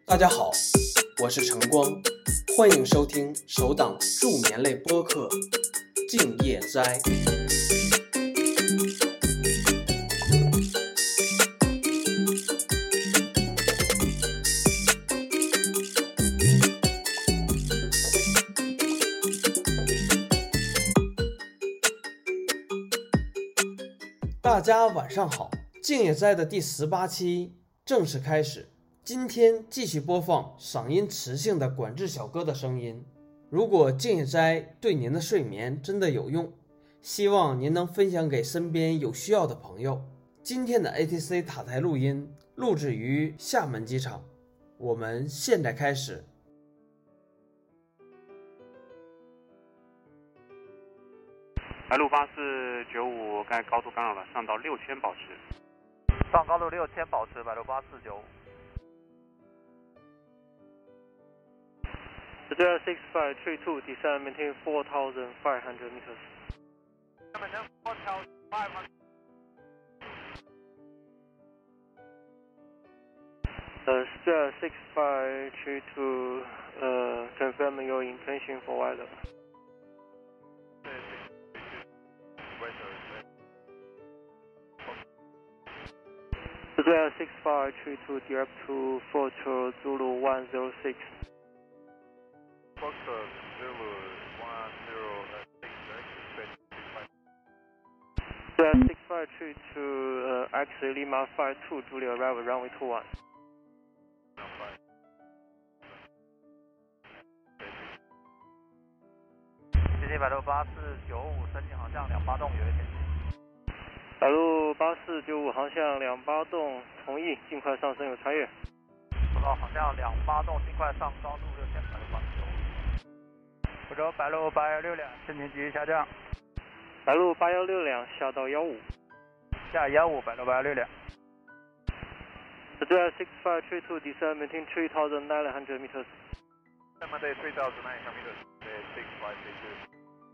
大家好，我是晨光，欢迎收听首档助眠类播客《静夜斋》。大家晚上好，《静夜斋》的第18期正式开始。今天继续播放嗓音磁性的管制小哥的声音。如果静夜斋对您的睡眠真的有用，希望您能分享给身边有需要的朋友。今天的 ATC 塔台录音录制于厦门机场，我们现在开始。 白鹭8495，刚才高度干扰了，上到6000保持。 上高度6000保持，白鹭8495。 6562, descend maintain 4,500 meters. Maintain 4,500. 6532, confirm your intention for weather. Australia 6532, direct to Foxtrot Zulu 106. Foxtrot Zulu 106, Australia 6532, X-ray Lima 52, Julia arrival runway 21. 接近白鹭8495，申请航向28栋，有一点。 白鹭8495航向28栋，同意，尽快上升有穿越。 收到，航向28栋，尽快上高度6000，白鹭8495。福州白鹭8162，申请继续下降。 白鹭8162下到15。 下15，白鹭8162。 Australia 6532, descend maintain 3,900 meters. Monday 3,900 meters. 6532。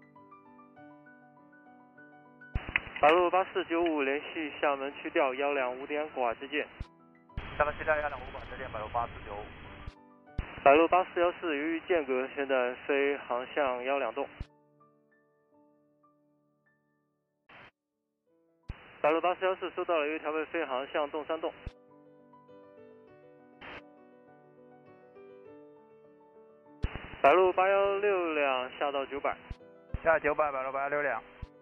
白鹭8495联系厦门区调125点拐之见。 厦门区调125拐之见，白鹭8495。 白鹭8414由于间隔，现在飞航向12栋。白鹭8414收到了，由于调配飞航向洞3栋。白鹭8162下到900。 下900，白鹭8162。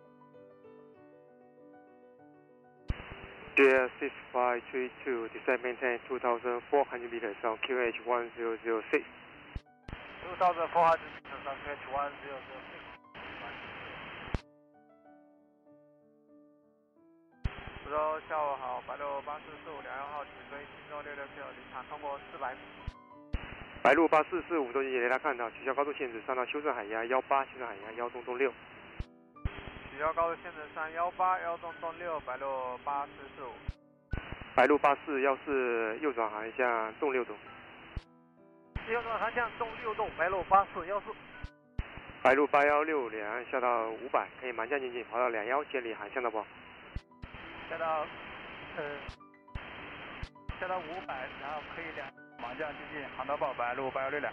Dear 6532, descend maintain 2,400 meters on QH 1006. 2,400 meters on QH 1006. 福州下午好，白鹭8445，2号起飞，轻重669，离场通过400米。 白鹭8445中心雷达看到，取消高度限制，上到修正海压18，修正海压1栋6。 取消高度限制上18，1栋6，白鹭8445。 白鹭8414右转航向洞6栋。 右转航向洞6栋，白鹭8414。 白鹭8162下到500，可以满降进近，跑到21，建立航向导报。 下到500，然后可以满降进近，航道报白鹭8162。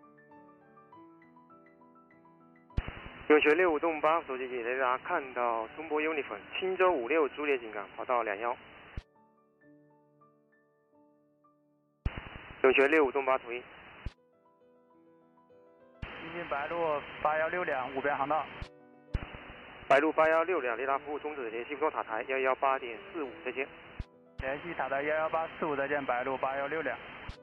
永泉65栋8，走进近雷达看到中波 Uniform 青州56朱列井港，跑到21。永泉65栋8同意。 进近白鹭8162，5边航道。 白鹭8162雷达服务终止，联系福州塔台118.45，再见。 联系塔台118.45，再见，白鹭8162。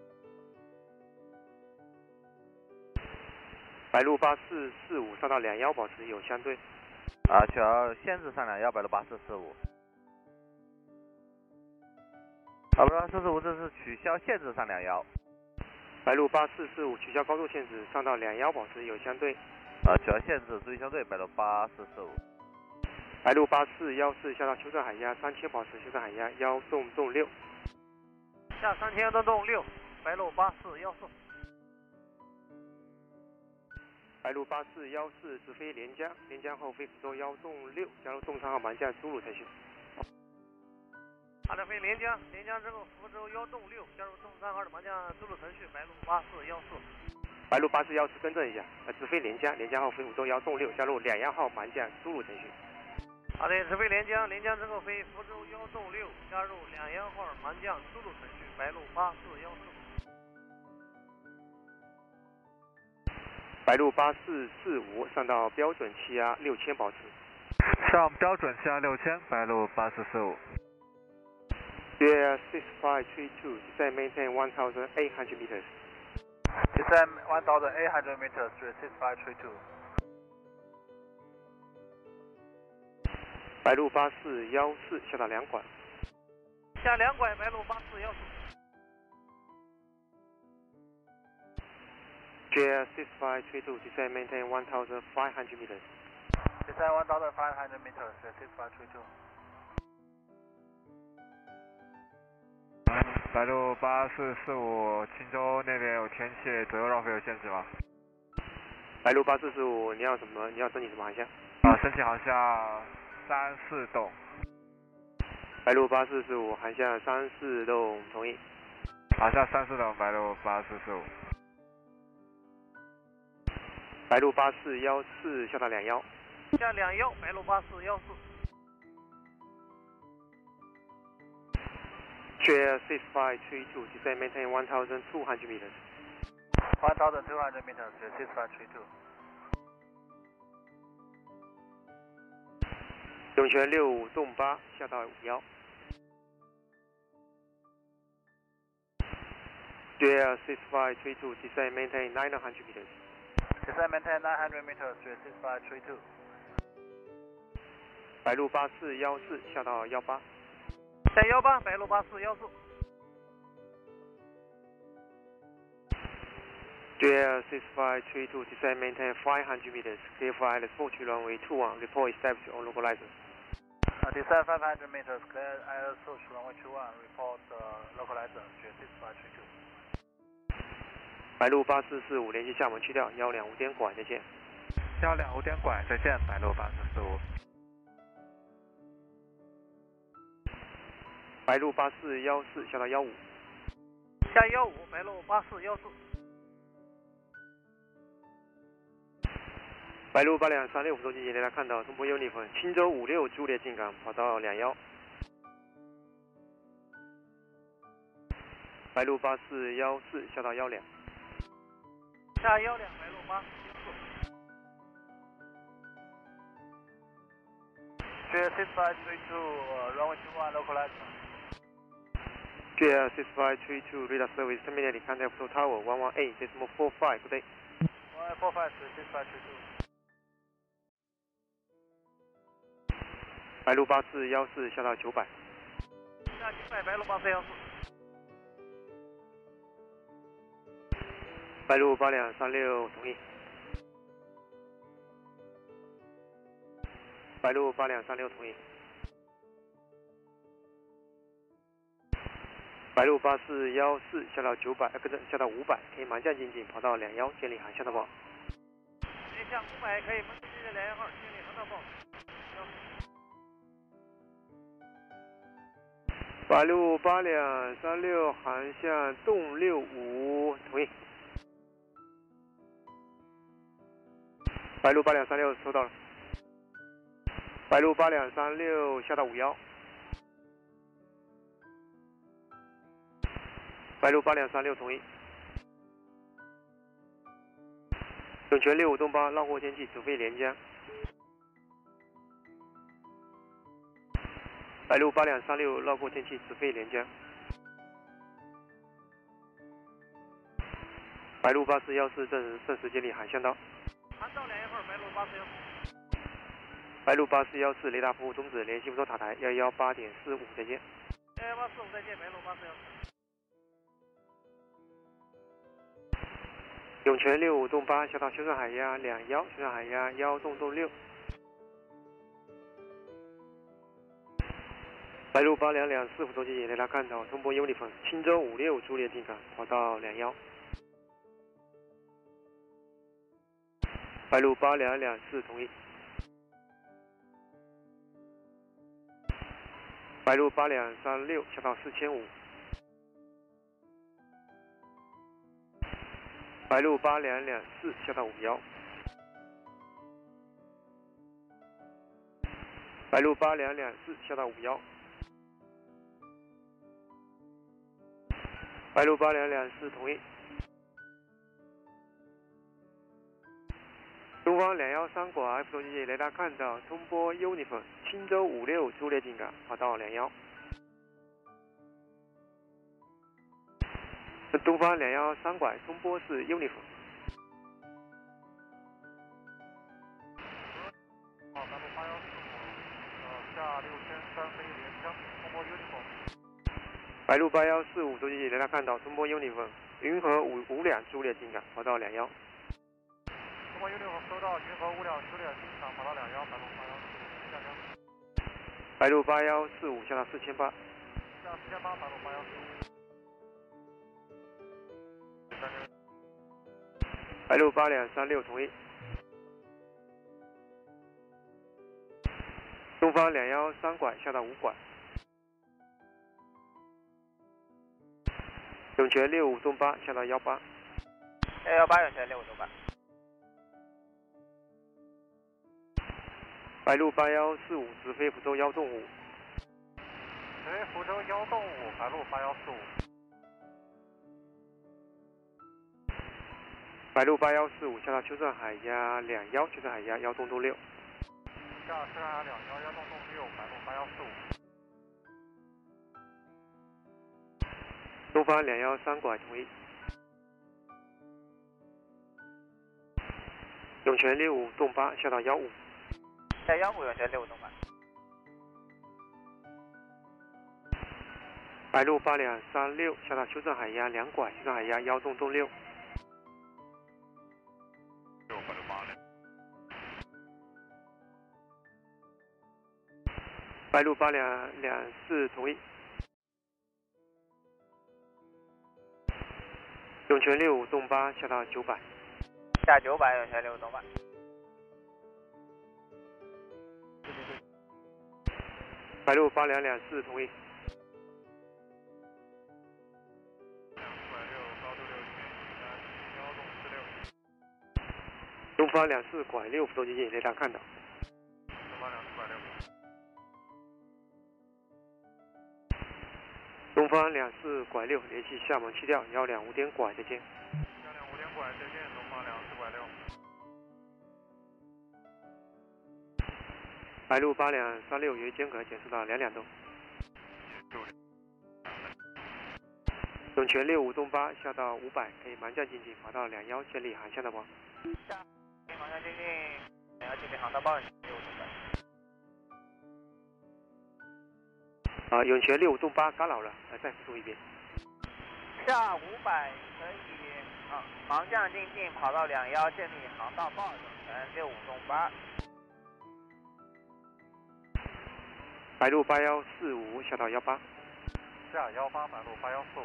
白鹭8445上到21，保持有相对。 取消限制上21，白鹭8445。白鹭8445，这是取消限制上21。 白鹭8445取消高度限制，上到21，保持有相对。 取消限制，注意相对，白鹭8445。 白鹭8414下到修正海压3000，保持修正海压1栋6。 下3000栋6，白鹭8414。 白鹭8414直飞连江，连江后飞福州1栋6，加入洞3号满降朱鲁程序。 好指飞连江，连江之后福州1栋6加入动3号的麻将自路程序，白鹭8414。 白鹭8414更正一下，直飞连江，连江号飞福州1栋6加入2号麻将输入程序。 好的，直飞连江，连江之后飞福州1栋6加入2号麻将自路程序，白鹭8414。 白鹭8445上到标准气压6000保持。 上标准气压6000，白鹭8445。 Sierra 6532, descend maintain 1,800 meters. Descend 1,800 meters, 6532。 白鹭8414下到2拐。 下2拐，白鹭8414。 Sierra 6532, descend maintain 1,500 meters. Descend 1,500 meters, 6532。白鹭8445，青州那边有天气，左右绕飞有限制吗？ 白鹭8445，你要什么？你要申请什么航向？ 申请航向34栋。 白鹭8445，航向34栋，同意。 航向34栋，白鹭8445。 白鹭8414下到21。 下21，白鹭8414。 Sierra 6532, descend maintain 1,200 meters. 1,200 meters, 6532。 涌泉65栋8下到51。Sierra 6532, descend maintain 900 meters. Descend maintain 900 meters, 6532。 白鹭8414下到18。 下18，白鹭8414。 Sierra 6532, descend maintain 500 meters. Clear for ILS 42 runway 21. Report established on local license. Descend 500 meters. Clear ILS 42 runway 21. Report local license. 6532。 白鹭8445联系厦门区调125点拐，再见。 125点拐，再见，白鹭8445。 白鹭8414下到15。 下15，白鹭8414。 白鹭8236福州机捷雷达看到中波Uniform青州56朱列进港跑道21。白鹭8414下到12。 下12，白鹭8414。 Sierra 6532, runway 21, local license. Sierra 6532 radar service terminated. Contact Full Tower 118.45. Good day. 145, 6532。 白鹭8414下到900。 下900，白鹭8414。 白鹭8236同意。白鹭8236同意。白鹭8414下到900，跟着下到500，可以盲降进近，跑道21，建立航向导报。 下500可以盲降进近21号，建立航道报。 白鹭8236航向洞65，同意。白鹭8236收到了。白鹭8236下到51。白鹭8236同意。涌泉65东8绕过天气，直飞连江。白鹭8236绕过天气，直飞连江。白鹭8414正式建立航向道。 航道21号，白鹭8414。 白鹭8414雷达服务终止，联系福州塔台118.45，再见。 11845再见，白鹭8414。 涌泉65洞8下到修正海压21，修正海压1洞6。白鹭8224福州机捷雷达看到中波Uniform青州56朱列进港跑道21。白鹭8224同意。 白鹭8236下到4500。白鹭8224下到51。白鹭8224下到51。白鹭8224同意。东方213拐 F 中机雷达看到通波 Uniform 青州56朱列进港，跑道21。东方213拐通波是 Uniform。 白鹭8145，下6300飞连江，通波 Uniform。 白鹭8145中机雷达看到通波 Uniform 云和5两朱列进港，跑道21。 通波 Uniform 收到，云和5两朱列进港，跑道21，白鹭8145下江。 白鹭8145下到4800。 下4800，白鹭8145。 白鹭8236同意。东方213拐下到5拐。永泉65东8下到18。 118永泉65东8。 白鹭8145直飞福州1栋5。 直飞福州1栋5，白鹭8145。 白鹭8145下到秋正海压21，秋正海压1栋6。 下秋正海21，1栋6，白鹭8145。 东方213拐同意。永泉65栋8下到15。 下15永泉65东8。 白鹭8236下到秋正海压2拐，秋正海压1栋6。白鹭8224同意。永泉65栋8下到900。 下900永泉65东8。 白鹭8224同意。东方24拐6福州经济雷达看到。 东方24拐6。 东方24拐6联系厦门气调125点拐，再见。 125点拐，再见，东方24拐6。 白鹭8236由于间隔减速到2栋。永泉65东8下到500，可以盲降进近，跑道21，建立航向的光。 下，航向接近，2进近航道报永泉65东8。 永泉65栋8干扰了，再复述一遍。 下500可以盲降进近，跑道21，建立航道报永泉65东8。 白鹭8145下到18。 下18白鹭8145。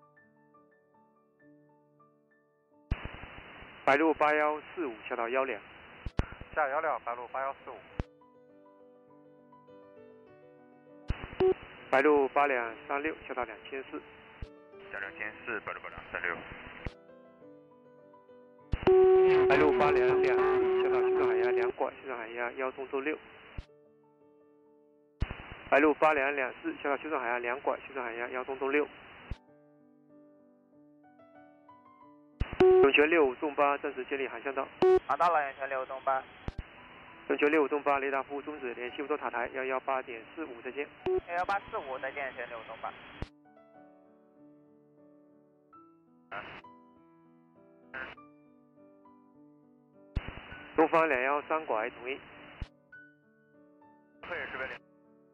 白鹭8145下到12。 下12白鹭8145。 白鹭8236下到2400。 下2400白鹭8236。 白鹭8224下到秋正海压2拐，秋正海压1栋6。白鹭8224下到秋正海压2拐，秋正海压1栋6。永泉65栋8暂时建立航向道。 航道了永泉65东8。 永泉65栋8雷达服务终止，联系福州塔台118.45，再见。 11845再见，永泉65东8。 东方213拐同意。 可以这边连。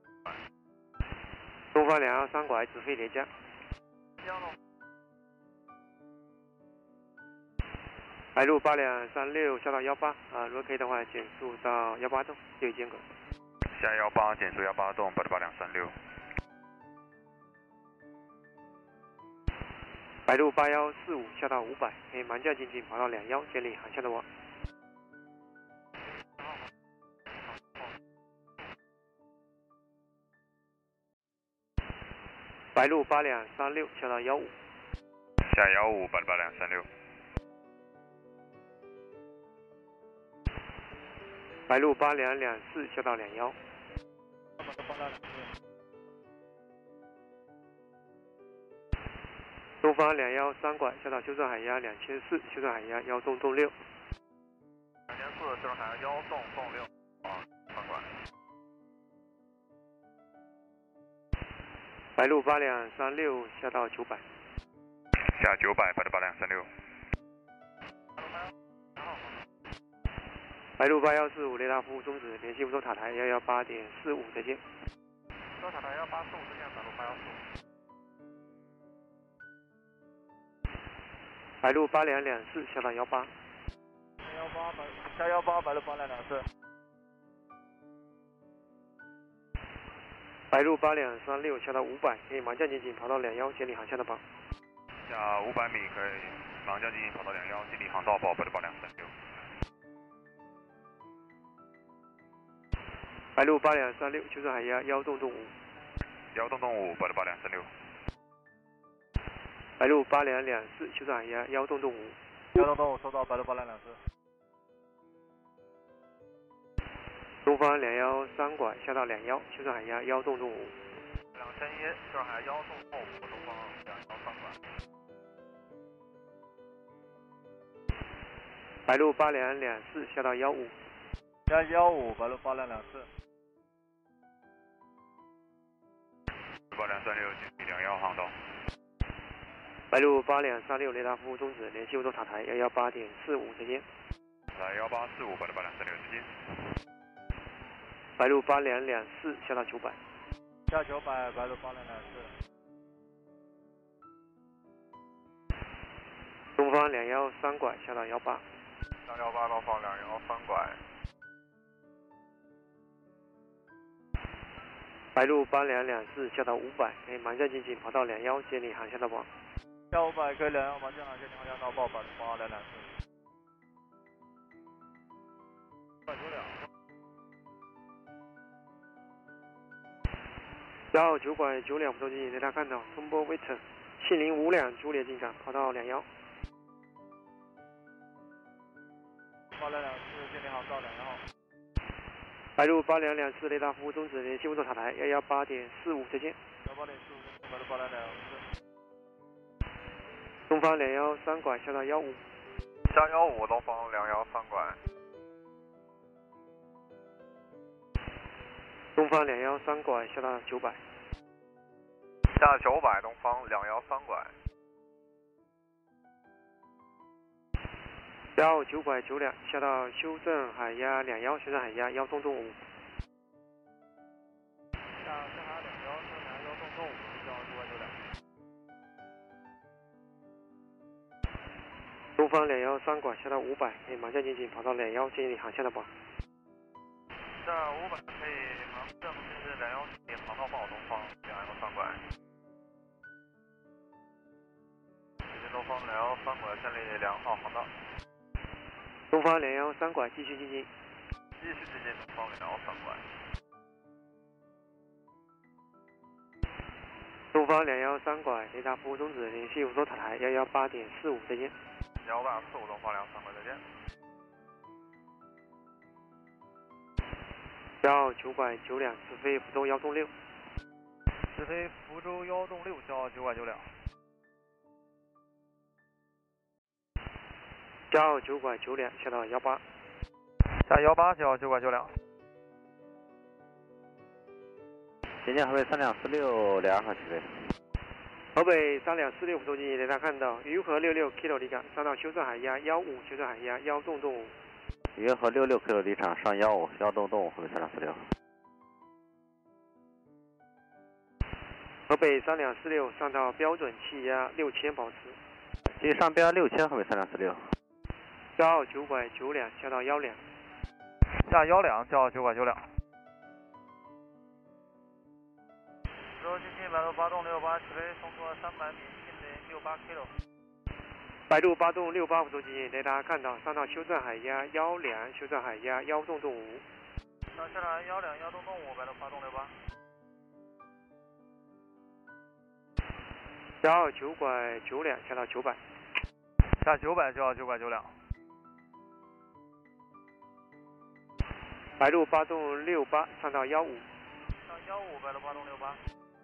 东方213拐直飞连江。白鹭8236下到18，如果可以的话减速到18栋，就有间隔。 下18减速18栋，白鹭8236。 白鹭8145下到500，可以盲降进近，跑道21，建立航向的网。 白鹭8236下到15。 下15，白鹭8236。 白鹭8224下到21。东方213拐下到修正海压2400，修正海压1洞洞6。 2004修正海压1洞洞6，3拐。 白鹭8236下到900。 下900，白鹭8236。 白鹭8145雷达服务终止，联系福州塔台118.45，再见。 福州塔台118.45，再见，白鹭8145。 白鹭8224下到18。 下18，白鹭8224。 白鹭8236下到500，可以盲降进近跑道21，建立航向的榜。 下500米可以盲降进近跑道21，建立航道报白鹭8236。 白鹭8236修正海压1洞洞5。 1洞洞5，白鹭8236。 白鹭8224修正海压1洞洞5。 1洞洞5收到，白鹭8224。 东方21 3拐下到21，修正海压1洞洞5。 2001修正海压1洞洞5，东方21 3拐。 白鹭8224下到15。 下15，白鹭8224。 8236建立21航道。 白鹭8236雷达服务终止，联系福州塔台118.45，再见。 来1845，白鹭8236，再见。 白鹭8224下到900。 下900，白鹭8224。 东方21 3拐下到18。 下18，东方21 3拐。 白鹭8224下到500，可以盲降进近跑道21，建立航向道报。 下500可以21盲降航，建立航向道报，白鹭8224。 1号9拐92福州经济雷达看到中波威特7052朱列进港跑道21。 8224建立航道21号。 白鹭8224雷达服务终止，联系福州塔台118.45，再见。 118.45，白鹭8224。 东方21 3拐下到15。 下15，东方21 3拐。 东方21 3拐下到900。 下900，东方21 3拐。 1号9拐92下到修正海压21，修正海压1洞洞5。 下深海21，深海1洞洞5，下9拐92。 东方21 3拐下到500，可以盲降进近跑道21，建立航向的报。 下500可以盲降进近21，建立航道报，东方21 3拐。东方21 3拐建立2号航道。 东方21 3拐继续进近。 继续进近，东方21 3拐。 东方21 3拐雷达服务终止，联系福州塔台118.45，再见。 118.45，东方21 3拐，再见。 1号9拐92直飞福州1洞6。 直飞福州1洞6，消耗9拐92。 1号9拐92下到18。 下18，消耗9拐92。 前进河北3246，2号起飞。 河北3246福州经济雷达看到渝河66 kilo 离港，上到修正海压15，修正海压1洞洞5。 渝河66 kilo 离场上15，1洞洞5，河北3246。 河北3246上到标准气压6000保持。 继续上标6000，河北3246。 1号9拐92下到12。 下12，消耗9拐92。福州经济白鹭8洞68起飞，冲出300米，近零68 kilo。 白鹭8洞68福州经济雷达看到上到修正海压12，修正海压1洞洞5。 上下来12，1洞洞5，白鹭8洞68。 1号9拐92下到900。 下900，9号9拐92。 白鹭8栋68上到15。 上15，白鹭8栋68。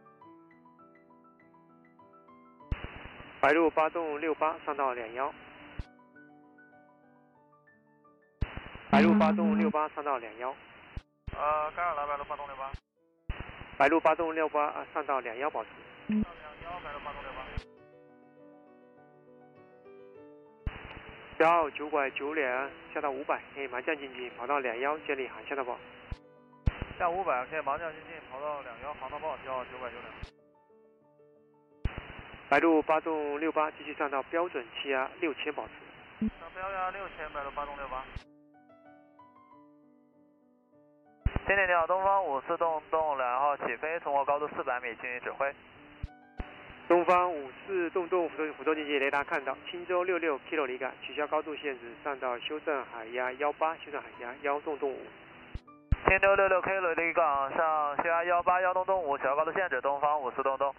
白鹭8栋68上到21。白鹭8栋68上到21。 干扰了，白鹭8栋68。 白鹭8栋68上到21保持。 上21，白鹭8栋68。 1号9拐92下到500，可以盲降进近，跑到21建立航向的报。 下500，可以盲降进近，跑到21航道报，1号9拐92。 白鹭8栋68继续上到标准气压6000保持。 上标压6000，白鹭8栋68。经理你好，东方54栋2号起飞，从我高度400米，请你指挥。 东方54栋辅助经济雷达看到青州66 kilo 离港，取消高度限制，上到修正海压18，修正海压1栋5。 青州66 kilo 离港，上修压18，1栋5，取消高度限制，东方54栋。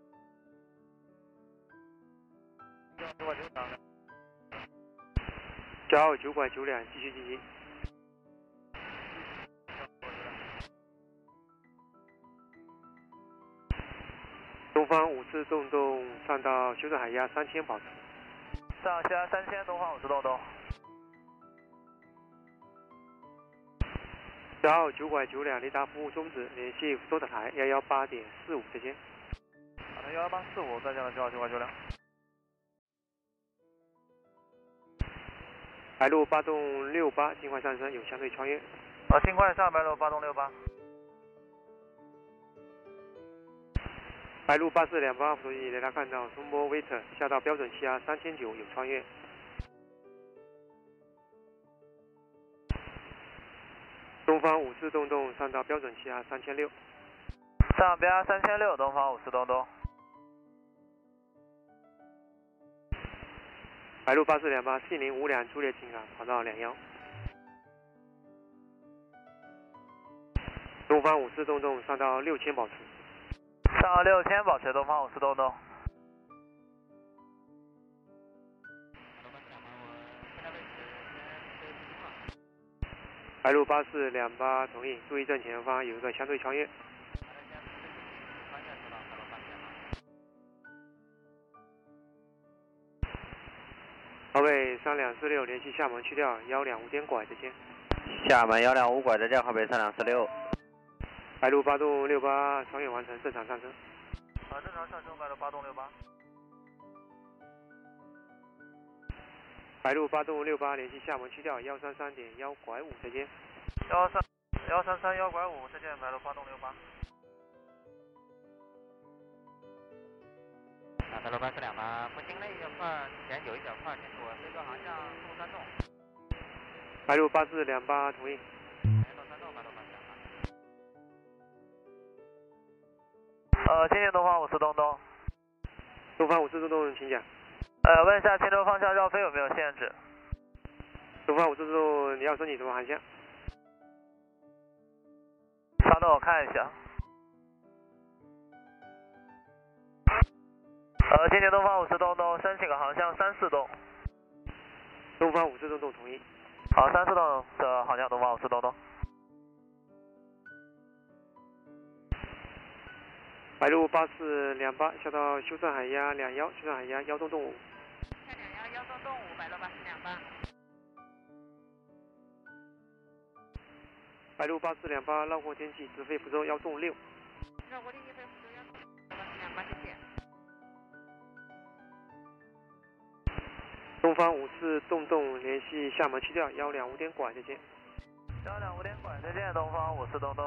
9号9拐92继续进行。东方54栋上到修正海压3000保持。 上修压3000，东方54栋。 9号9拐92雷达服务终止，联系福州塔台118.45，再见。 好的，11845，再见了，9号9拐92。 白鹭8栋68尽快上升，有相对穿越。 尽快上白鹭8栋68。 白鹭8428辅助机雷达看到中波 Waiter 下到标准气压3900，有穿越。东方54栋上到标准气压3600。 上标压3600，东方54栋。 白鹭8428 4052朱列进港，跑到21。东方54栋上到6000保持。 上6000保持，东方54栋。 白鹭8428同意，注意正前方有一个相对穿越。华北3246联系厦门去掉125点拐，再见。 厦门125拐，再见，华北3246。 白鹭8栋68穿越完成，正常上升。 正常上升，白鹭8栋68。 白鹭8栋68联系厦门去掉133.1拐5，再见。 133 1拐5，再见，白鹭8栋68。 白鹭8428，不行了一小块，前9一小块，前左飞车航向东3栋。 白鹭8428同意。 东3栋，白鹭8428。 谢谢东方54栋。 东方54栋，请讲。 问一下青州方向绕飞有没有限制？ 东方54栋，你要申请什么航向？ 稍等，我看一下。今年东方54栋申请个航向34栋。 东方54栋同意。 好，34栋的航向东方54栋。 白鹭8428下到修正海压21，修正海压1栋5。 下21，1栋5，白鹭8428。 白鹭8428绕过天气，直飞福州1栋6。 绕过天气飞福州1栋8428，谢谢。 东方54栋联系厦门去掉125点拐，再见。 125点拐，再见，东方54栋。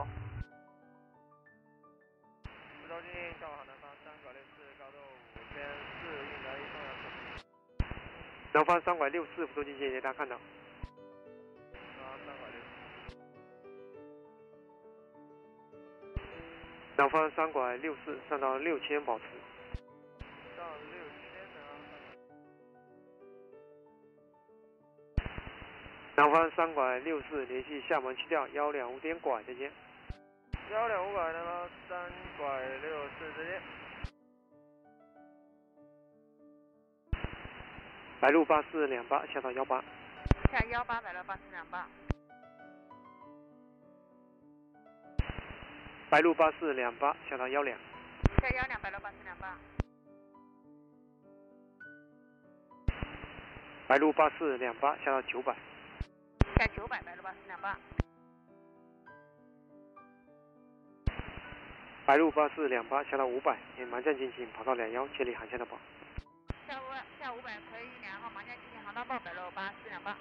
福州进到航南方3拐64，高度5004，运来1重要测试。南方3拐64，福州进近雷达看到。南方3拐64，上到6000保持。上6000南方3拐64联系厦门去掉125点拐，再见。125拐，南方3拐64，再见。 白鹭8428下到18。 下18白鹭8428。 白鹭8428下到12。 下12白鹭8428。 白鹭8428下到900。 下900白鹭8428。 白鹭8428下到500，盲降进行跑道21，建立航线的保。 下500可以2号盲降进行航道报白鹭8428。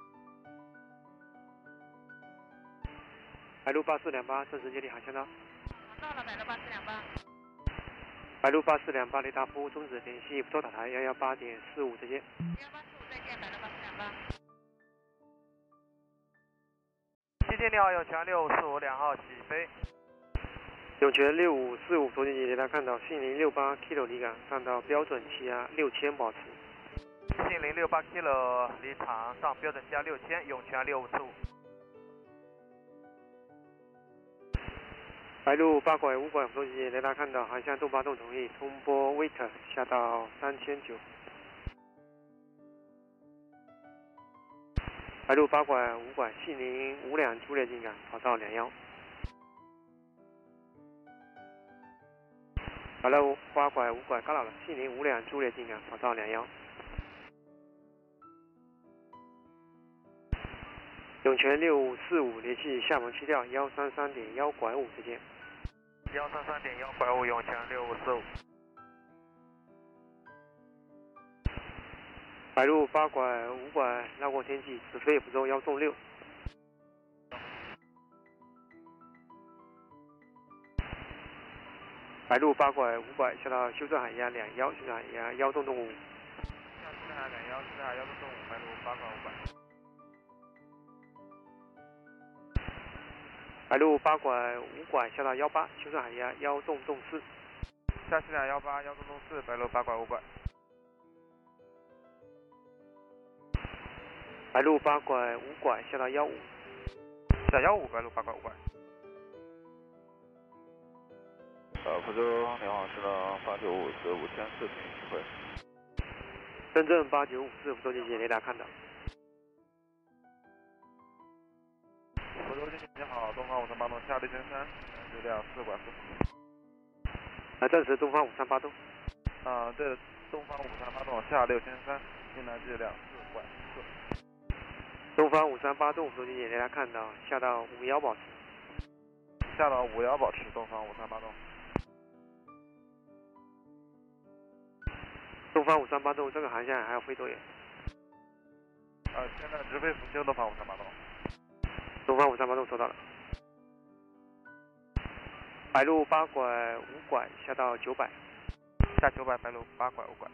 白鹭8428正式建立航线道。 到了白鹭8428。 白鹭8428雷达服务终止，联系福州塔台118.45再见。 11845再见白鹭8428。 谢谢你好，有权6545 2号起飞。 永泉6545中间机雷达看到信068 kilo 离港，上到标准气压6000保持。 信068 kilo 离场上标准气压6000，永泉6545。 白鹭8拐5拐中间机雷达看到航向东八洞同意，通波 waiter 下到3900。白鹭8拐5拐信052朱列进港，跑道21。白鹭8拐5拐干扰了，信052朱列进港，跑道21。永泉6545联系厦门区调133.1拐5再见。 133.1拐5永泉6545。 白鹭8拐5拐绕过天际，直飞福州1纵6。白鹭8拐5拐下到修正海压21，修正海压1洞洞5。 下修正海21，修正海1洞洞5，白鹭8拐5拐。 白鹭8拐5拐下到18，修正海压1洞洞4。 下修正海18，1洞洞4，白鹭8拐5拐。 白鹭8拐5拐下到15。 下15，白鹭8拐5拐。 福州联航是呢89545000次，请机会。 深圳8954福州经济雷达看到。 福州经济你好，东方5380下6003，质量4拐4。 证实东方5380洞。 对的，东方5380洞下6003，应南质量4拐4。 东方538洞福州经济雷达看到，下到51保持。 下到51保持，东方538洞。 东方538洞这个航向还要飞多远？ 现在直飞福清，东方538洞。 东方538洞收到了。白鹭8拐5拐下到900。 下900，白鹭8拐5拐。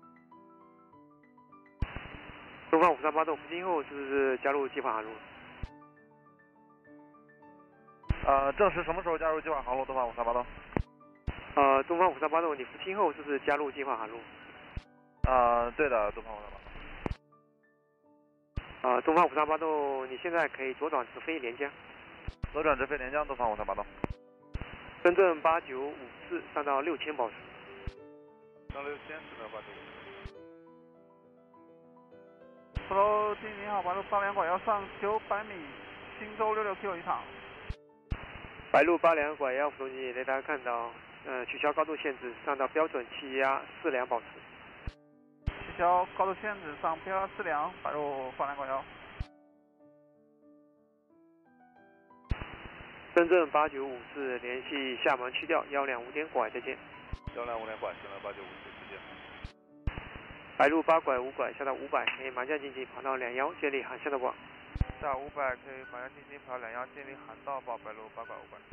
东方538洞，福清后是不是加入计划航路？ 证实什么时候加入计划航路？东方538洞。 东方538洞，你福清后是不是加入计划航路？ 对的，东方538洞。 东方538洞，你现在可以左转直飞连江。 左转直飞连江，东方538洞。 深圳8954上到6000保持。 上6000是的，8954。福州经济你好，白鹭82拐要上900米，新州66 kilo 离场。 白鹭82拐1福州经济雷达看到，取消高度限制，上到标准气压4两保持。 取消高度限制，上标4两，白鹭82拐1。 深圳8954联系厦门区调125点拐再见。 125点拐，深圳8954再见。 白鹭8拐5拐下到500，可以盲降进行跑道21，建立航线的报。 下500可以盲降进行跑道21，建立航道报，白鹭8拐5拐。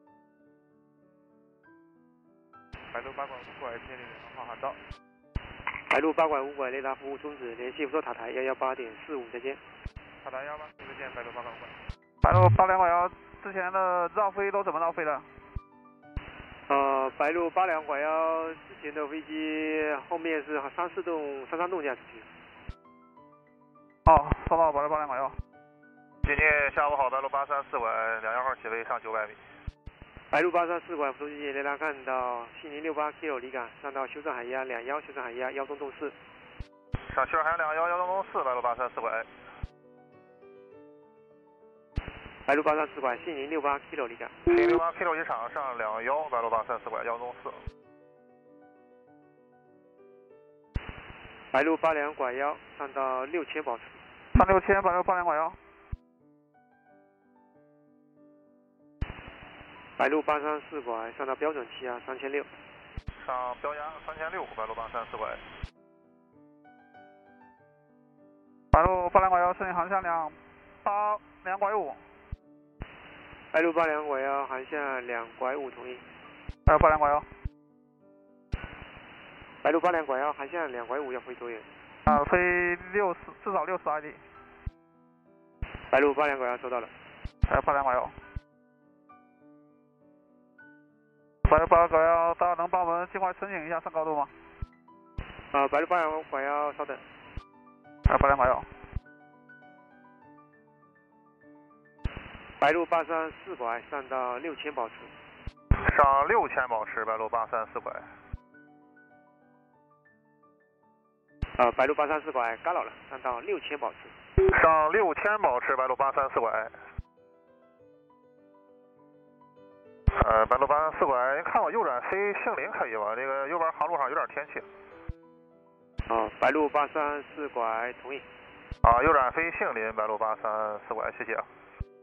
白鹭8拐5拐建立2号航道。 白鹭8拐5拐雷达服务终止，联系福州塔台118.45再见。 塔台118再见，白鹭8拐5拐。白鹭82拐1之前的绕飞都怎么绕飞的？ 白鹭82拐1之前的飞机后面是33洞驾驶区。 收到，白鹭82拐1。 今天下午好，白鹭834拐21号起飞上900米。 白鹭834拐福州经济雷达看到信068 kilo 离港，上到修正海压21，修正海压1洞洞4。 上修海洋211幺东4，白鹭83 4拐。 白鹭83 4拐，信陵68 kilo 离港。 信陵68 kilo 机场上21，白鹭83 4拐，幺东4。 白鹭82拐1，上到6000保持。 上6000，白鹭82拐1。 白鹭83 4拐，上到标准气压3600。 上标压3600，白鹭83 4拐。 白鹭82拐1，顺应航向2拐5。 白鹭82拐1，航向2拐5，同意。 白鹭82拐1。 白鹭82拐1，航向2拐5，要飞多远？ 飞60，至少60海里。 白鹭82拐1收到了。 白鹭82拐1。白鹭82拐1，大家能帮我们尽快申请一下上高度吗？ 白鹭82拐1，稍等。 白鹭82拐1。 白鹭83 4拐，上到6000保持。 上6000保持，白鹭83 4拐。 白鹭83 4拐干扰了，上到6000保持。 上6000保持，白鹭83 4拐。白鹭83 4拐，您看我右转飞杏林可以吗？这个右边航路上有点天气。 白鹭83 4拐同意。 右转飞杏林，白鹭83 4拐，谢谢啊。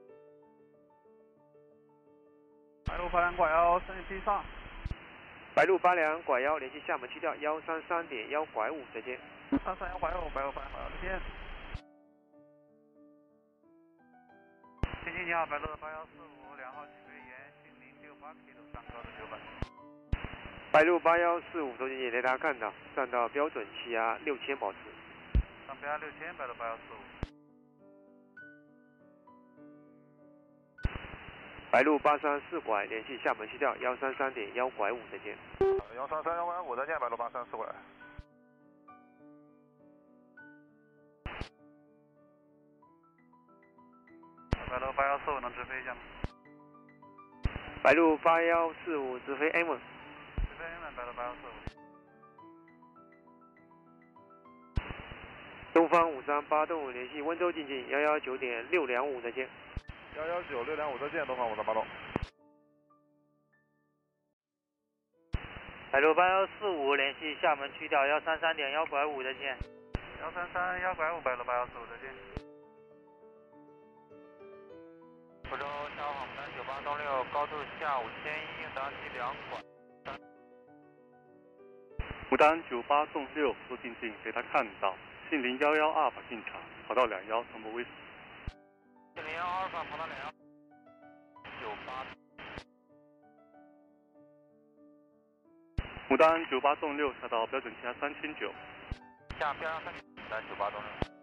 白鹭82拐1，申请机上。 白鹭82拐1，联系厦门区调133.1拐5，再见。 133.1拐5，白鹭82拐1，再见。天津你好，白鹭8145，2号起飞，沿信陵68 kilo 上高的900。 白鹭8145，周经理雷达看到，上到标准气压6000保持。 上标压6000，白鹭8145。 白鹭83 4拐，联系厦门区调133.1拐5，再见。 133.1拐5，再见，白鹭83 4拐。 白鹭8145能直飞一下吗？ 白鹭8145直飞 M。 直飞 M， 白鹭8145。 东方538动物联系温州进近119.625，再见。 119.625，再见，东方538动。 白鹭8145联系厦门区调133.1拐5，再见。 133.1拐5，白鹭8145，再见。 福州下午好，牡丹98动6，高度下5000，应答机2拐。 牡丹98动6，速进近，雷达看到，信陵11阿尔法进场，跑道21，通过威斯。 信陵阿尔法跑道21。98。 牡丹98动6，下到标准气压3900。 下标上牡丹98动6。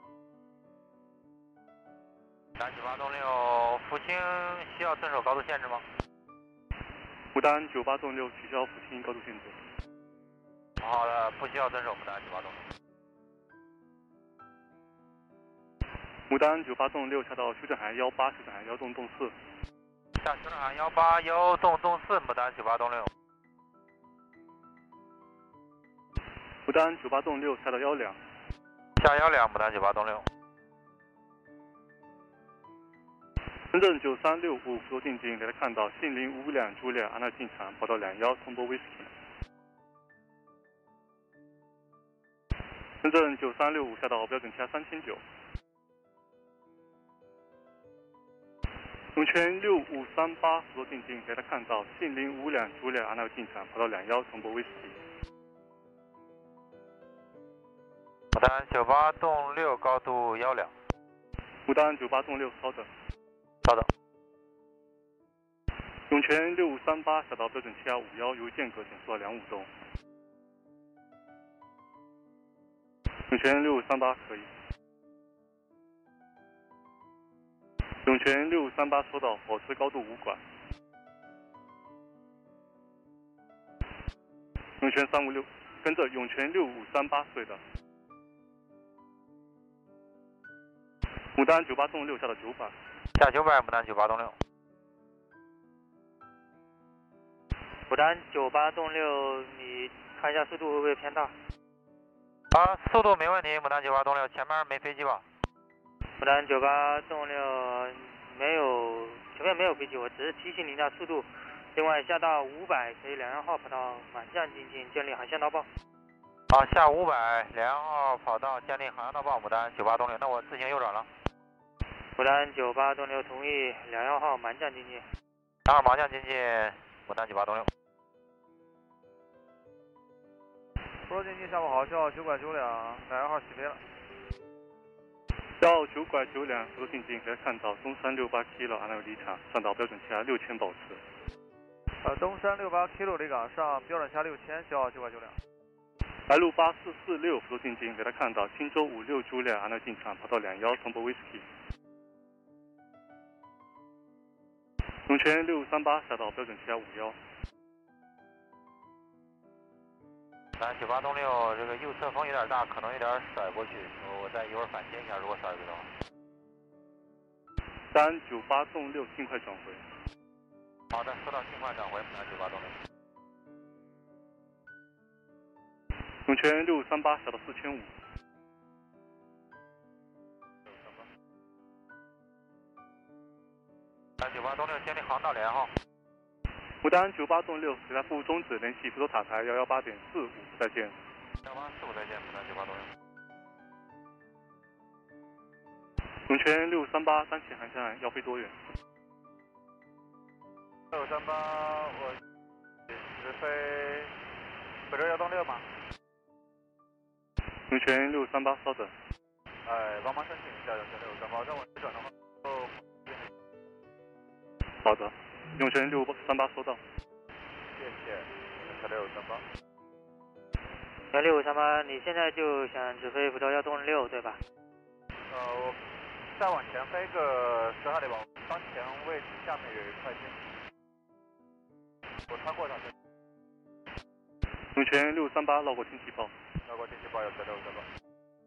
牡丹98动6，福清需要遵守高度限制吗？ 牡丹98动6，取消福清高度限制。 好的，不需要遵守牡丹98动6。 牡丹98动6，下到修正海18，修正海1动4。 下修正海18 1动4，牡丹98动6。 牡丹98动6，下到12。 下12，牡丹98动6。 深圳9365，福州进近，雷达看到，信陵52朱莉亚安娜进场，跑道21，通波威斯汀。深圳9365，下到标准气压3900。龙泉6538，福州进近，雷达看到，信陵52朱莉亚安娜进场，跑道21，通波威斯汀。 牡丹98动6，高度12。 牡丹98动6，稍等。 稍等。 涌泉6538，下到标准气压51，由于间隔减速到25动。涌泉6538可以。涌泉6538收到，保持高度5拐。涌泉356，跟着涌泉6538对的。牡丹98动6，下到900。 下900，牡丹98动6。牡丹98动6，你看一下速度会不会偏大？ 速度没问题，牡丹98动6，前面没飞机吧？ 牡丹98动6没有，前面没有飞机，我只是提醒您一下速度。另外下到500可以2号跑道满降进近，建立航线导报。 好，下500，2号跑道建立航向导报，牡丹98动6，那我自行右转了。 牡丹98动6同意2号满降进近。 2号满降进近，牡丹98动6。 福州经济下午好，叫9拐9两，2号起飞了。 到9拐9两，福州进近，来看到东山68 kilo 安南离场，上到标准气压6000保持。 东山68 kilo 离港上标准下6000，叫9拐9两。 白鹭8446，福州进近，给他看到青州56朱亮安南进场，跑道21，通波 whisky。龙泉6538下到标准气压51。 98动6，这个右侧风有点大，可能有点甩过去，我再一会儿反接一下，如果甩过去的话。 98动6，尽快转回。 好的，收到，尽快转回，牡丹98动6。 龙泉6538下到4500。 牡丹98动6，建立航道2号。 牡丹98动6，给他服务终止，联系福州塔台118.45，再见。 118.45再见，牡丹98动6。 龙泉6538，当前航向要飞多远 6538，我直飞福州1动6嘛。 龙泉6538，稍等。 帮忙申请一下6538，让我回转的话， 好的，龙泉6538收到。 谢谢，6538。 6538，你现在就想直飞福州1动6对吧？ 我再往前飞个10海里吧，当前位置下面有一块天气，我穿过它。 龙泉6538，绕过天气报。 绕过天气报有6538。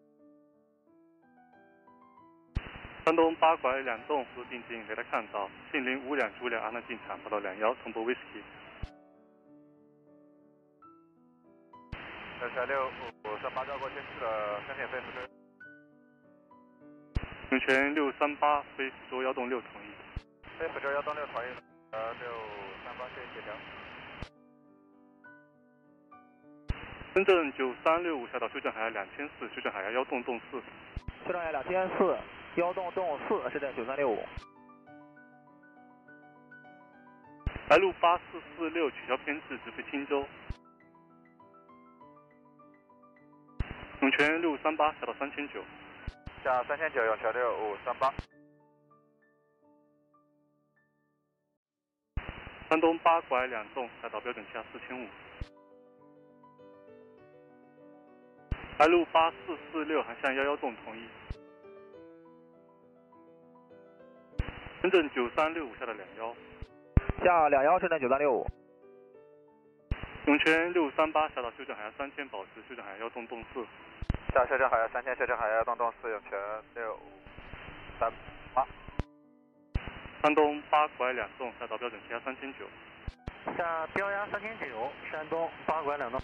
山东8拐2洞，福州进近，给他看到信陵52朱亮安南进场，跑道21，通波 whisky。 6538绕过天气了，申请飞福州。 龙泉6538，飞福州1动6，同意。 飞福州1动6，同意。6538，谢谢协调。 深圳9365下到修正海峡2400，修正海峡1洞洞4。 修正海峡2400。1洞洞4，深圳9365。 白鹭8446，取消偏置，直飞青州。龙泉6538下到3900。 下3900，永泉6538。 山东8拐2洞，下到标准气压4500。白鹭8446，航向11洞，同意。深圳9365下到21。 下21，深圳9365。 永泉6538下到修正海峡3000，保持修正海峡1洞洞4。 下修正海峡3000，修正海峡1洞洞4，永泉6538。 山东8拐2洞，下到标准气压3900。 下标压3900，山东8拐2洞。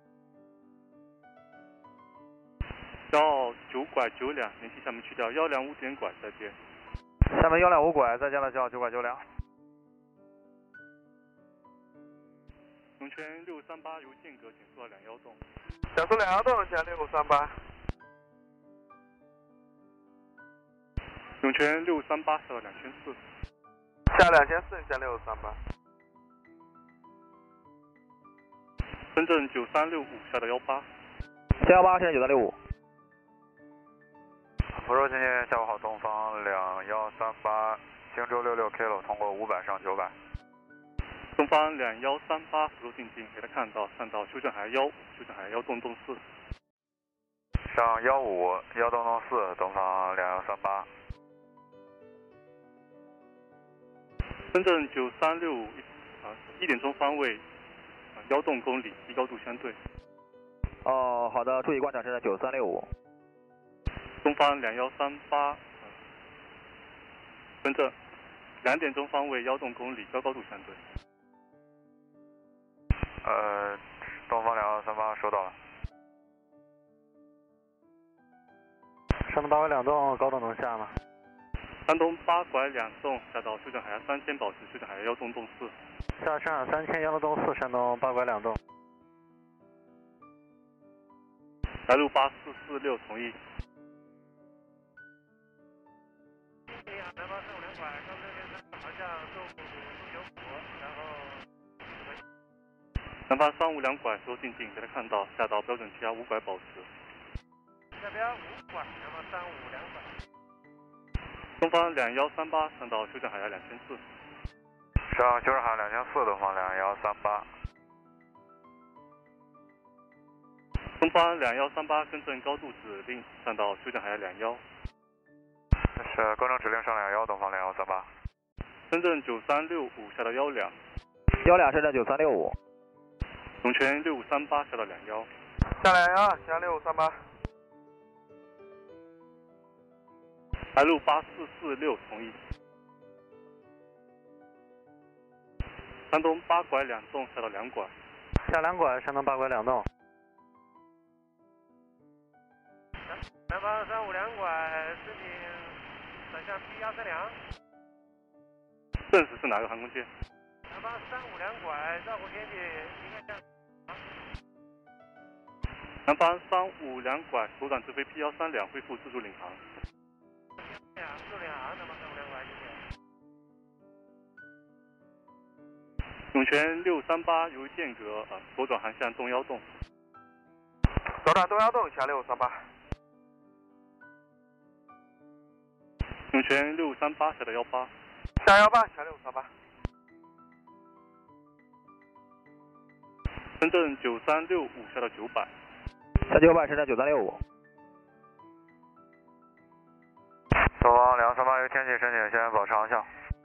到9拐9两，联系厦门区调125点拐，再见。 厦门125拐，再见了，叫9拐9两。 龙泉6538，由间隔减速到21洞。 减速21洞，前6538。 永泉6538下到2400。 下2400，前6538。 深圳9365下到18。 下18，深圳9365。 福州今天下午好，东方2138，青州66 kilo，通过500上900。 东方2138，福州进近，给他看到上到修正海峡15，修正海峡1洞洞4。 上15 1洞洞4，东方2138。 深圳93651点钟方位1洞公里，低高度相对。 哦，好的，注意观察深圳9365。 东方2138，深圳2点钟方位1洞公里，高度相对。 东方2138收到了。 山东八拐两栋，高度能下吗？ 山东八拐两栋下到修正海峡3000，保持修正海峡1栋栋4。 下上海3000，1栋4，山东八拐两栋。 来路8446，同意。 南方352拐，刚这边航向东95，然后南方352拐，所有进近，给他看到，下到标准气压5拐，保持。 下标5拐，南方352拐。 东方2138，上到修正海峡2400。 上修正海峡2400，东方2138。 东方2138，更正高度指令，上到修正海峡21。 是更正指令上21，东方2138。 深圳9365，下到12。 12深圳9365。 永泉6538，下到21。 下21，下6538。 来路8446，同意。山东八拐两栋，下到2拐。 下2拐，山东八拐两栋。 南方352拐，申请转向 P132。 证实是哪个航空器？ 南方352拐，绕过天际，应该向。 南方352拐，左转直飞 P132，恢复自主领航。 自主领航，南方352拐，谢谢。 永泉638，由于间隔，左转航向东1栋。 左转东1栋，下6538。 永泉638，下到18。 下18，下6538。 深圳9365，下到900。 下900，深圳9365。 东方238，由天气申请先保持航向。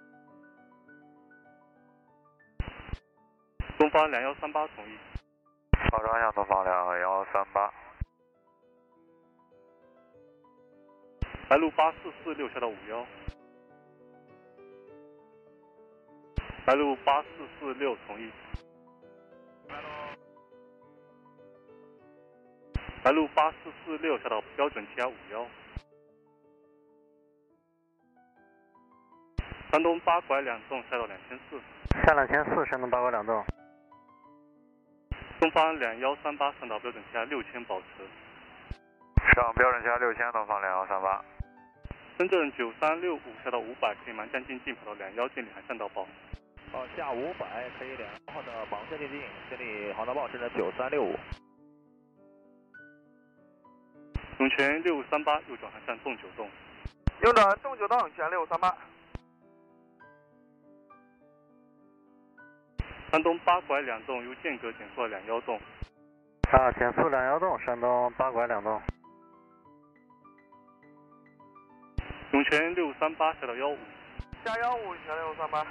东方2138，同意。 保持航向，东方2138。 来路8446，下到51。来路8446，同意。来路8446，下到标准气压51。山东八拐两栋，下到2400。 下2400，山东八拐两栋。 东方2138，上到标准气压6000，保持。 上标准气压6000，东方2138。 深圳9365，下到500，可以盲降进近，跑到21，建立航向导报。 好，下500可以2号的盲降进近，建立航道报，深圳9365。 永泉6538，右转航向东9栋。 右转东9栋，下6538。 山东八拐两栋，由间隔减速到21栋。 减速21栋，山东八拐两栋。 永泉638，下到15。 下15，下6538。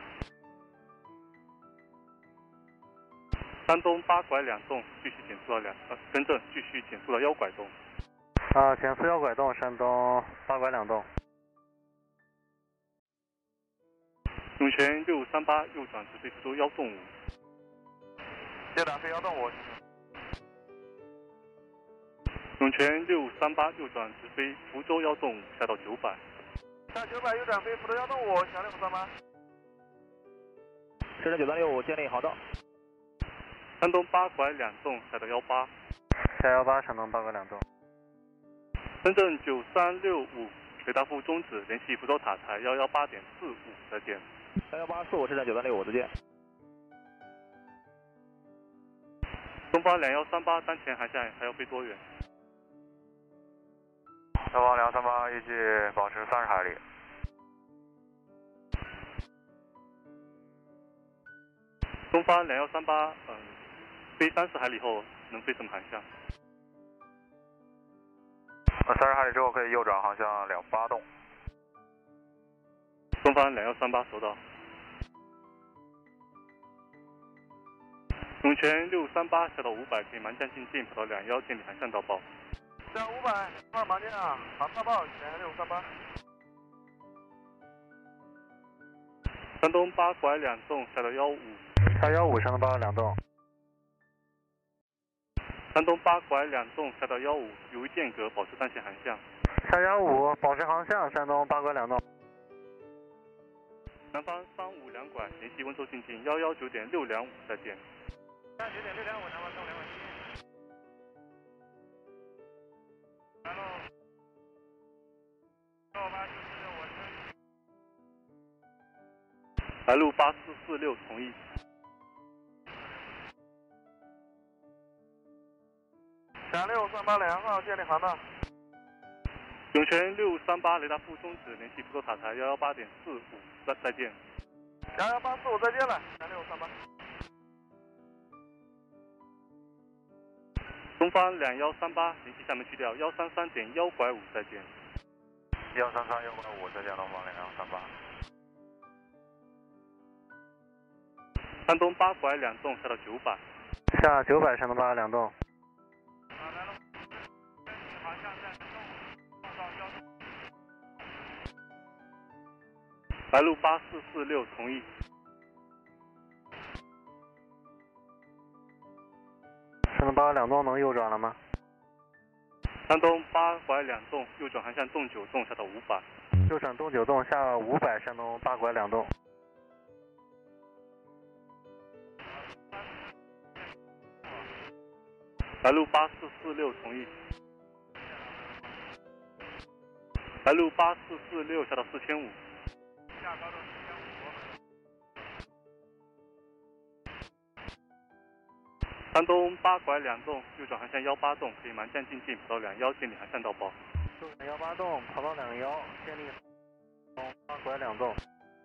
山东八拐两栋，继续减速到更正，继续减速到1拐洞。 减速1拐洞，山东八拐两栋。 永泉6538，右转直飞福州1栋5。 接打飞1栋5。 永泉6538，右转直飞福州1栋5，下到900。 下900，右转飞福州1栋5，下6538。 深圳9365，建立航道。 山东八拐两栋，下到18。 下18，山东八拐两栋。 深圳9365，雷达服务终止，联系福州塔台118.45，再见。 11845，深圳9365，再见。 东方2138，当前航向还要飞多远？ 东方238，预计保持30海里。 东方2138，飞30海里后能飞什么航向 ？30海里之后可以右转航向28栋。 东方2138，收到。永泉638，下到500，可以盲降进近，跑到21，建立航向导报。 下500，2盲降，航道报，前638。 山东八拐两栋，下到15。 下15，山东八拐两栋。 山东八拐两栋，下到15，由于间隔，保持当前航向。 下下15，保持航向，山东8拐2洞。 南方352拐，联系温州进近119.625，再见。 119.625，南方东2拐7。白鹭8446，我是。 白鹭8446，同意。 闪638号，建立航道。 永泉638，雷达副终止，联系福州塔台118.45，再见。 11845，再见了。闪638。 东方2138，联系厦门区调133.1拐5，再见。 133.1拐5，再见，东方2138。 山东8拐2洞，下到900。 下900，山东8拐2洞。 航向在动到1洞。 白鹭8446，同意。 山东8拐2洞能右转了吗？ 山东8拐2洞，右转航向洞9洞，下到500。 右转洞9洞，下500，山东8拐2洞。 白鹭8446，同意。白鹭8446，下到4500。 下高度4500。 山东8拐2洞，右转航向18洞，可以蛮降进近，跑道21，建立航向到报。 右转18洞，跑道21，建立8拐2洞。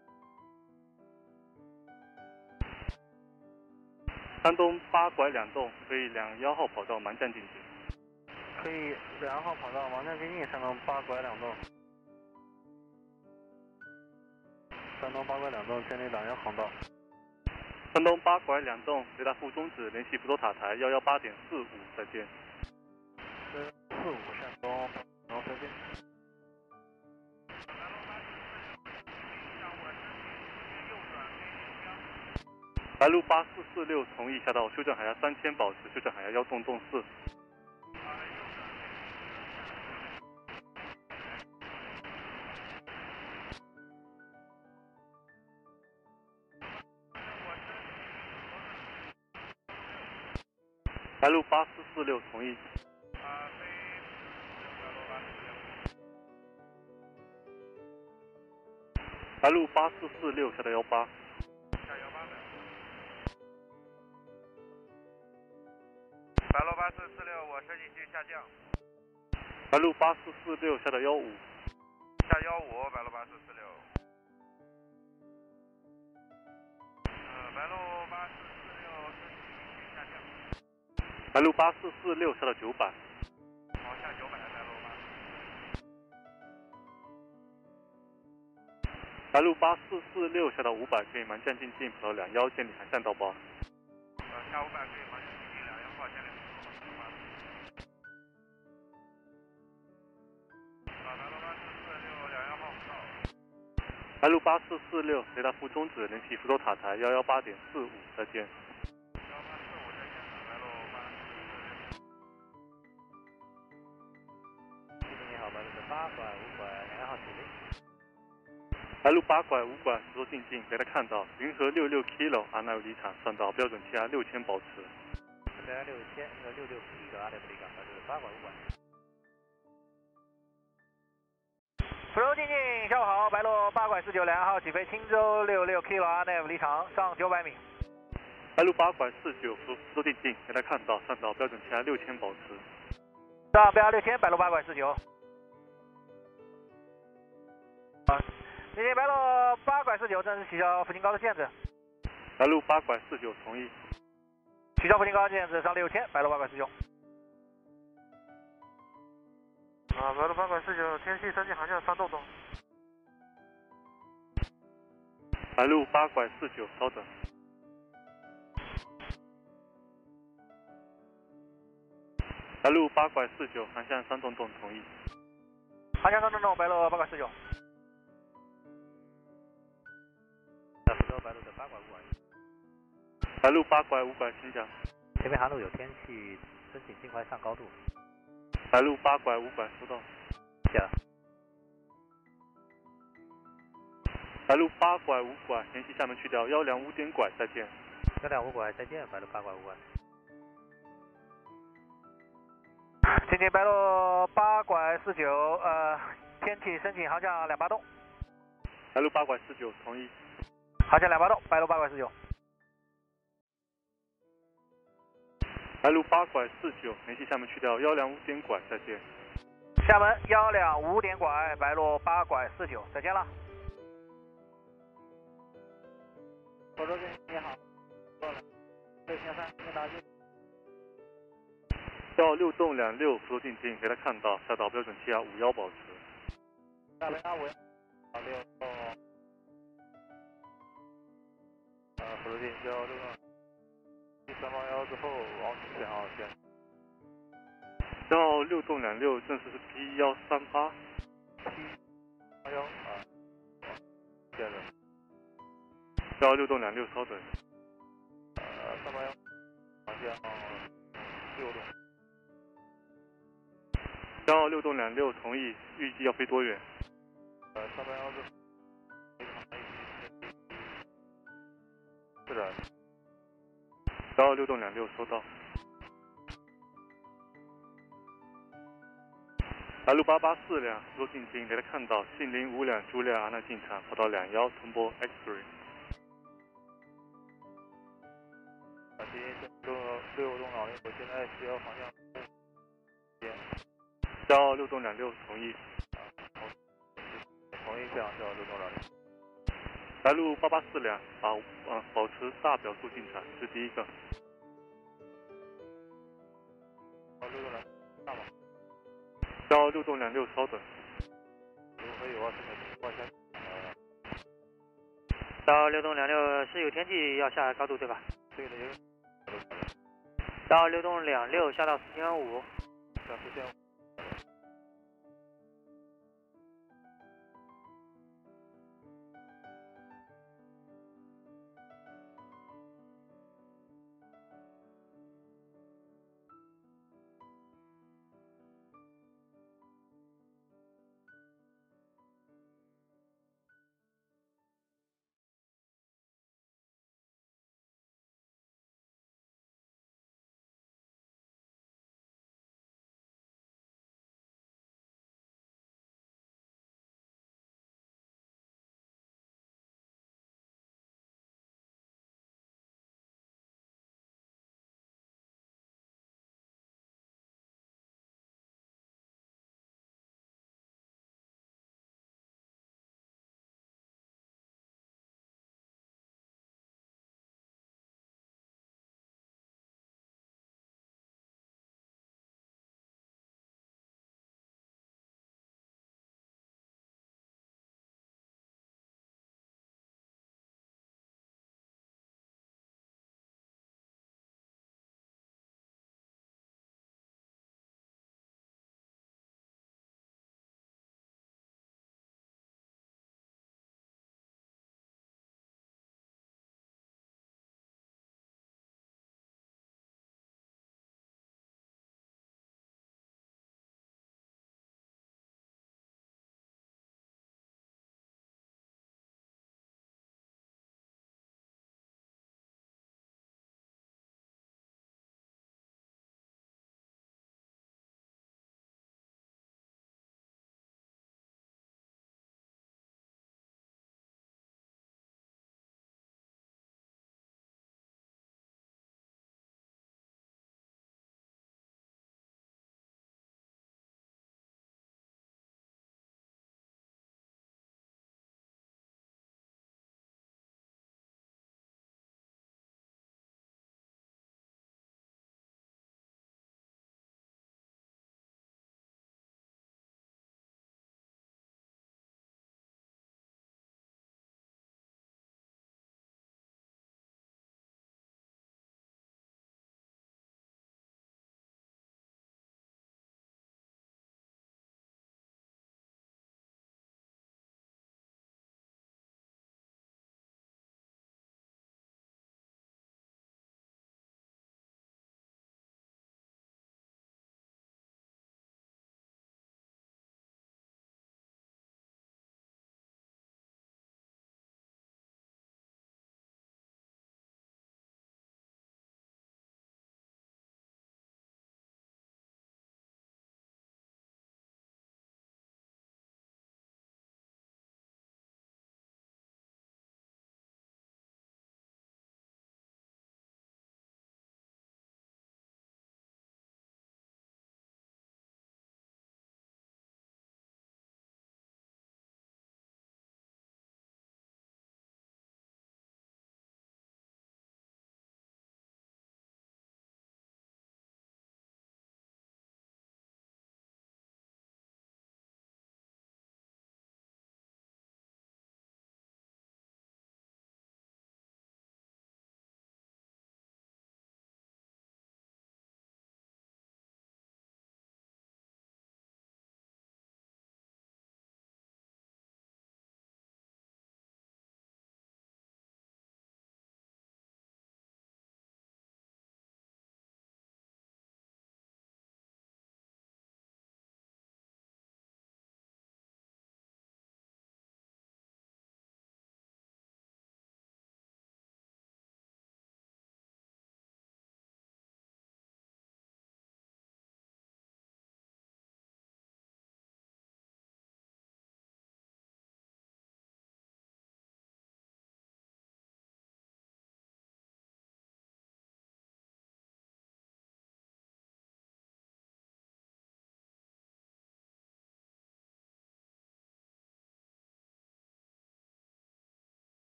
山东8拐2洞，可以21号跑道蛮降进近。 可以2号跑道盲降接近，山东8拐2洞。山东8拐2洞，建立21航道。 山东8拐2洞，雷达副终止，联系福州塔台118.45，再见。 45，山东，然后再见。 白鹭8446，同意下到修正海峡3000，保持修正海峡1洞洞4。白鹭8446，同意。白鹭8446，下到18。 白鹭8446，我设计区下降。 白鹭8446，下到15。 下15，白鹭8446。白鹭8446，设计区下降。 白鹭8446，下到900。 好，下900，白鹭8446。 白鹭8446，下到500，可以蛮降进近，跑道21，建立航向到报。 下500可以航向进近21号，建立。 白鹭8446，雷达副终止，联系福州塔台118.45，再见。 118.45，再见，白鹭8446。 你好，白鹭8拐5拐2号起飞。 白鹭8拐5拐，福州进近，雷达看到，云和66 kilo，阿纳离场，上到标准气压6000，保持。 对6000，云和66 kilo，阿纳离港，白鹭8拐5拐。福州进近，下午好，白鹭8拐49，2号起飞，青州66 kilo RNF 离场，上900米。 白鹭8拐49，福州进近，雷达看到，上到标准气压6000，保持。 上标6000，白鹭8拐49。谢谢白鹭8拐49，正式取消附近高度限制。 白鹭8拐49，同意。 取消附近高度限制，上6000，白鹭8拐49。 白鹭8拐49，天气3进航向3洞洞。 白鹭8拐49，稍等。白鹭8拐49，航向3洞洞，同意。 航向3洞洞，白鹭8拐49。福州白鹭的8拐5拐。 白鹭8拐5拐，请讲。 前面航路有天气，申请尽快上高度。 白鹭8拐5拐，收到。 谢了。 白鹭8拐5拐，联系厦门去掉125点拐，再见。 125拐，再见，白鹭8拐5拐。进近白鹭8拐49，天气申请航向28栋。 白鹭8拐49，同意。 航向28栋，白鹭8拐49。 白鹭8拐49，联系厦门去掉125点拐，再见。 厦门125点拐，白鹭8拐49，再见了。 福州经济你好，到了603，请打击。 16栋26，福州进近，给他看到，下到标准气压51保持。 厦门25，6栋，福州进近6栋，第3方1之后往前航线。 16栋26，正式是 P138。 P11接着。 16栋26，稍等。 3方1航线6栋。 16栋26，同意，预计要飞多远 3方1之自然。 16栋26，收到。白鹭884辆，福州进近，给他看到，信005辆朱利亚纳进场，跑道21，通波 X3。 今6栋老林，我现在需要航向 16栋26，同意。 同意这样16栋老林。 白鹭884辆，保持大表速进场，这是第一个。 6栋老林，大吗 16栋26，稍等。 如果可以的话，现在情况下。 16栋26是有天气要下高度对吧？ 对的，有。 16栋26下到4005。 下4005。